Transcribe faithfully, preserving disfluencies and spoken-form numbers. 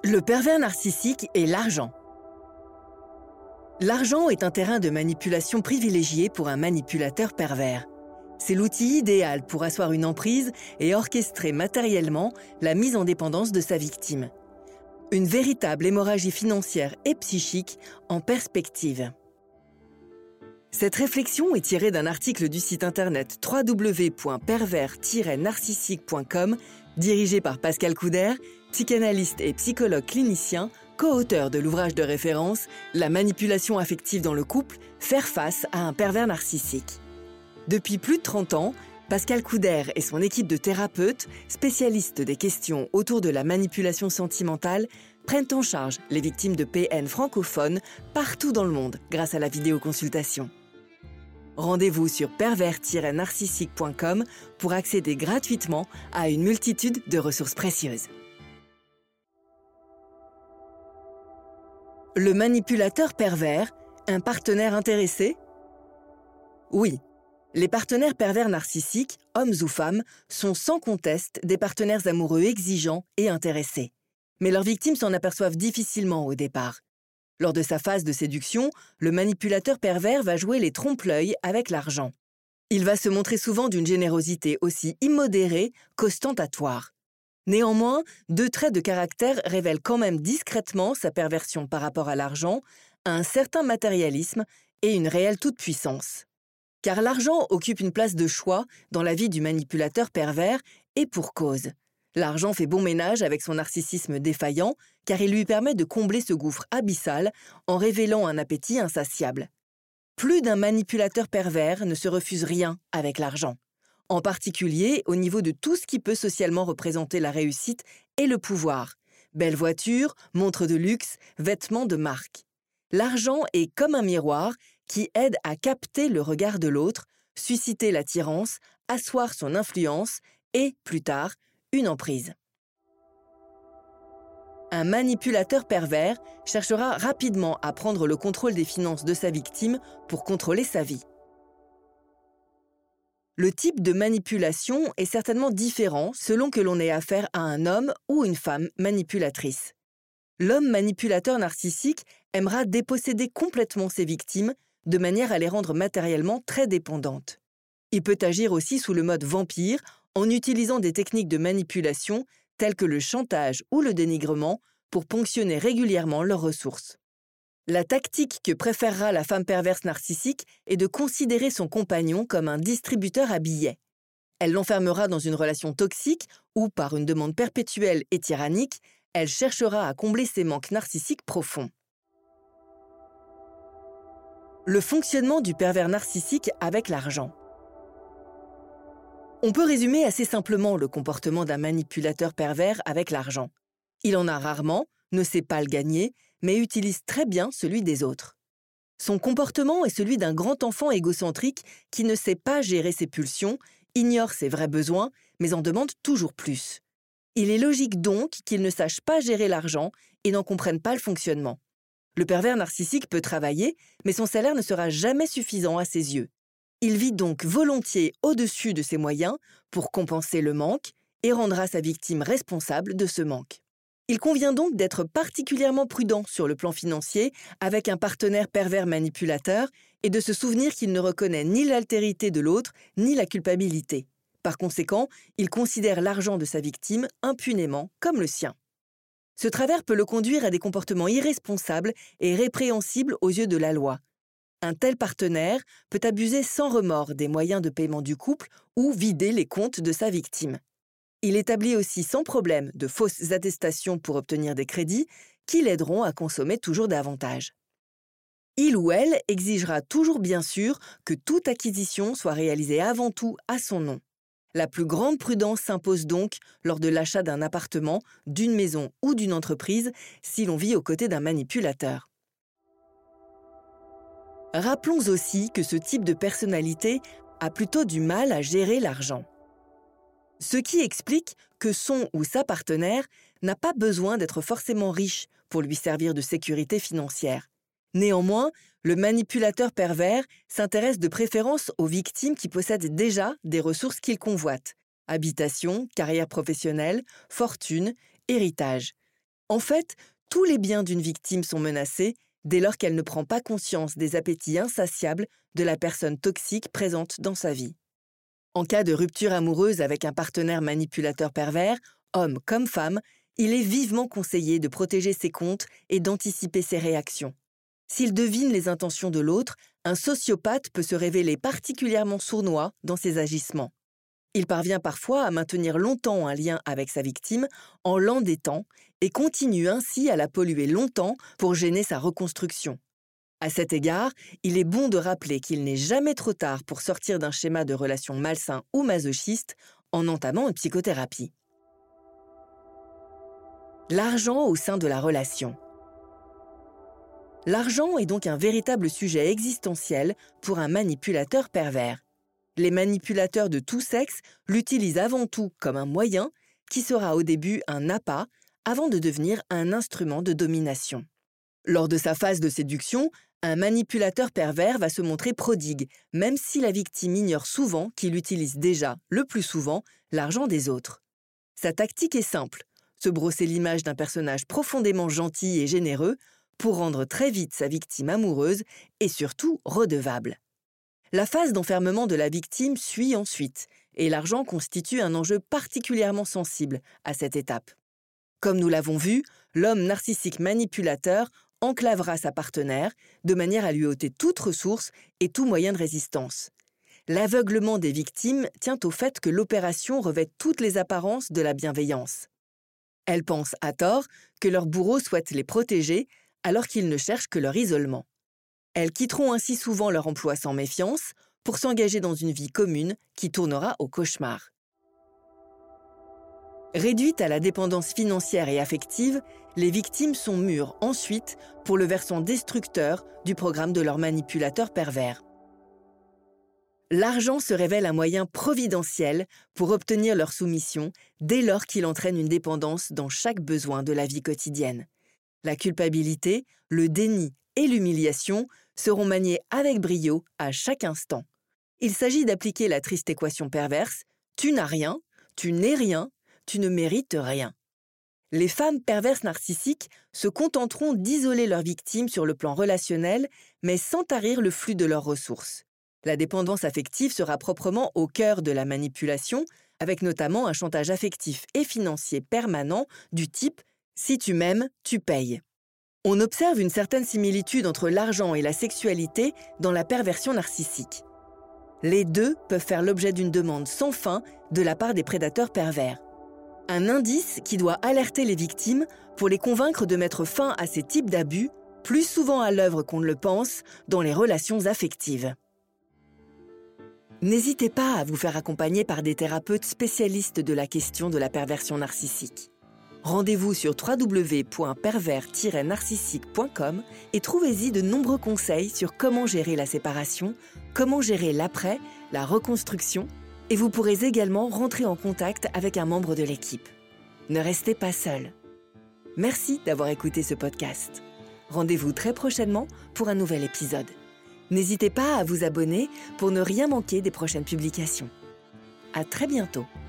Le pervers narcissique et l'argent. L'argent est un terrain de manipulation privilégié pour un manipulateur pervers. C'est l'outil idéal pour asseoir une emprise et orchestrer matériellement la mise en dépendance de sa victime. Une véritable hémorragie financière et psychique en perspective. Cette réflexion est tirée d'un article du site internet w w w point pervers tiret narcissique point com dirigé par Pascal Couder, psychanalyste et psychologue clinicien, co-auteur de l'ouvrage de référence « La manipulation affective dans le couple, faire face à un pervers narcissique ». Depuis plus de trente ans, Pascal Couder et son équipe de thérapeutes, spécialistes des questions autour de la manipulation sentimentale, prennent en charge les victimes de P N francophones partout dans le monde grâce à la vidéoconsultation. Rendez-vous sur pervers tiret narcissique point com pour accéder gratuitement à une multitude de ressources précieuses. Le manipulateur pervers, un partenaire intéressé? Oui, les partenaires pervers narcissiques, hommes ou femmes, sont sans conteste des partenaires amoureux exigeants et intéressés. Mais leurs victimes s'en aperçoivent difficilement au départ. Lors de sa phase de séduction, le manipulateur pervers va jouer les trompe-l'œil avec l'argent. Il va se montrer souvent d'une générosité aussi immodérée qu'ostentatoire. Néanmoins, deux traits de caractère révèlent quand même discrètement sa perversion par rapport à l'argent, un certain matérialisme et une réelle toute-puissance. Car l'argent occupe une place de choix dans la vie du manipulateur pervers et pour cause. L'argent fait bon ménage avec son narcissisme défaillant car il lui permet de combler ce gouffre abyssal en révélant un appétit insatiable. Plus d'un manipulateur pervers ne se refuse rien avec l'argent, en particulier au niveau de tout ce qui peut socialement représenter la réussite et le pouvoir. Belles voitures, montres de luxe, vêtements de marque. L'argent est comme un miroir qui aide à capter le regard de l'autre, susciter l'attirance, asseoir son influence et, plus tard, une emprise. Un manipulateur pervers cherchera rapidement à prendre le contrôle des finances de sa victime pour contrôler sa vie. Le type de manipulation est certainement différent selon que l'on ait affaire à un homme ou une femme manipulatrice. L'homme manipulateur narcissique aimera déposséder complètement ses victimes de manière à les rendre matériellement très dépendantes. Il peut agir aussi sous le mode vampire en utilisant des techniques de manipulation telles que le chantage ou le dénigrement pour ponctionner régulièrement leurs ressources. La tactique que préférera la femme perverse narcissique est de considérer son compagnon comme un distributeur à billets. Elle l'enfermera dans une relation toxique où, par une demande perpétuelle et tyrannique, elle cherchera à combler ses manques narcissiques profonds. Le fonctionnement du pervers narcissique avec l'argent. On peut résumer assez simplement le comportement d'un manipulateur pervers avec l'argent. Il en a rarement, ne sait pas le gagner, mais utilise très bien celui des autres. Son comportement est celui d'un grand enfant égocentrique qui ne sait pas gérer ses pulsions, ignore ses vrais besoins, mais en demande toujours plus. Il est logique donc qu'il ne sache pas gérer l'argent et n'en comprenne pas le fonctionnement. Le pervers narcissique peut travailler, mais son salaire ne sera jamais suffisant à ses yeux. Il vit donc volontiers au-dessus de ses moyens pour compenser le manque et rendra sa victime responsable de ce manque. Il convient donc d'être particulièrement prudent sur le plan financier avec un partenaire pervers manipulateur et de se souvenir qu'il ne reconnaît ni l'altérité de l'autre ni la culpabilité. Par conséquent, il considère l'argent de sa victime impunément comme le sien. Ce travers peut le conduire à des comportements irresponsables et répréhensibles aux yeux de la loi. Un tel partenaire peut abuser sans remords des moyens de paiement du couple ou vider les comptes de sa victime. Il établit aussi sans problème de fausses attestations pour obtenir des crédits qui l'aideront à consommer toujours davantage. Il ou elle exigera toujours bien sûr que toute acquisition soit réalisée avant tout à son nom. La plus grande prudence s'impose donc lors de l'achat d'un appartement, d'une maison ou d'une entreprise si l'on vit aux côtés d'un manipulateur. Rappelons aussi que ce type de personnalité a plutôt du mal à gérer l'argent. Ce qui explique que son ou sa partenaire n'a pas besoin d'être forcément riche pour lui servir de sécurité financière. Néanmoins, le manipulateur pervers s'intéresse de préférence aux victimes qui possèdent déjà des ressources qu'il convoite. Habitation, carrière professionnelle, fortune, héritage. En fait, tous les biens d'une victime sont menacés dès lors qu'elle ne prend pas conscience des appétits insatiables de la personne toxique présente dans sa vie. En cas de rupture amoureuse avec un partenaire manipulateur pervers, homme comme femme, il est vivement conseillé de protéger ses comptes et d'anticiper ses réactions. S'il devine les intentions de l'autre, un sociopathe peut se révéler particulièrement sournois dans ses agissements. Il parvient parfois à maintenir longtemps un lien avec sa victime en l'endettant et continue ainsi à la polluer longtemps pour gêner sa reconstruction. À cet égard, il est bon de rappeler qu'il n'est jamais trop tard pour sortir d'un schéma de relation malsain ou masochiste en entamant une psychothérapie. L'argent au sein de la relation. L'argent est donc un véritable sujet existentiel pour un manipulateur pervers. Les manipulateurs de tout sexe l'utilisent avant tout comme un moyen qui sera au début un appât avant de devenir un instrument de domination. Lors de sa phase de séduction, un manipulateur pervers va se montrer prodigue, même si la victime ignore souvent qu'il utilise déjà, le plus souvent, l'argent des autres. Sa tactique est simple, se brosser l'image d'un personnage profondément gentil et généreux pour rendre très vite sa victime amoureuse et surtout redevable. La phase d'enfermement de la victime suit ensuite, et l'argent constitue un enjeu particulièrement sensible à cette étape. Comme nous l'avons vu, l'homme narcissique manipulateur enclavera sa partenaire de manière à lui ôter toute ressource et tout moyen de résistance. L'aveuglement des victimes tient au fait que l'opération revêt toutes les apparences de la bienveillance. Elles pensent à tort que leur bourreau souhaite les protéger alors qu'ils ne cherchent que leur isolement. Elles quitteront ainsi souvent leur emploi sans méfiance pour s'engager dans une vie commune qui tournera au cauchemar. Réduites à la dépendance financière et affective, les victimes sont mûres ensuite pour le versant destructeur du programme de leur manipulateur pervers. L'argent se révèle un moyen providentiel pour obtenir leur soumission dès lors qu'il entraîne une dépendance dans chaque besoin de la vie quotidienne. La culpabilité, le déni et l'humiliation seront maniés avec brio à chaque instant. Il s'agit d'appliquer la triste équation perverse « tu n'as rien, tu n'es rien, tu ne mérites rien ». Les femmes perverses narcissiques se contenteront d'isoler leurs victimes sur le plan relationnel, mais sans tarir le flux de leurs ressources. La dépendance affective sera proprement au cœur de la manipulation, avec notamment un chantage affectif et financier permanent du type « si tu m'aimes, tu payes ». On observe une certaine similitude entre l'argent et la sexualité dans la perversion narcissique. Les deux peuvent faire l'objet d'une demande sans fin de la part des prédateurs pervers. Un indice qui doit alerter les victimes pour les convaincre de mettre fin à ces types d'abus, plus souvent à l'œuvre qu'on ne le pense, dans les relations affectives. N'hésitez pas à vous faire accompagner par des thérapeutes spécialistes de la question de la perversion narcissique. Rendez-vous sur w w w point pervers tiret narcissique point com et trouvez-y de nombreux conseils sur comment gérer la séparation, comment gérer l'après, la reconstruction, et vous pourrez également rentrer en contact avec un membre de l'équipe. Ne restez pas seul. Merci d'avoir écouté ce podcast. Rendez-vous très prochainement pour un nouvel épisode. N'hésitez pas à vous abonner pour ne rien manquer des prochaines publications. À très bientôt.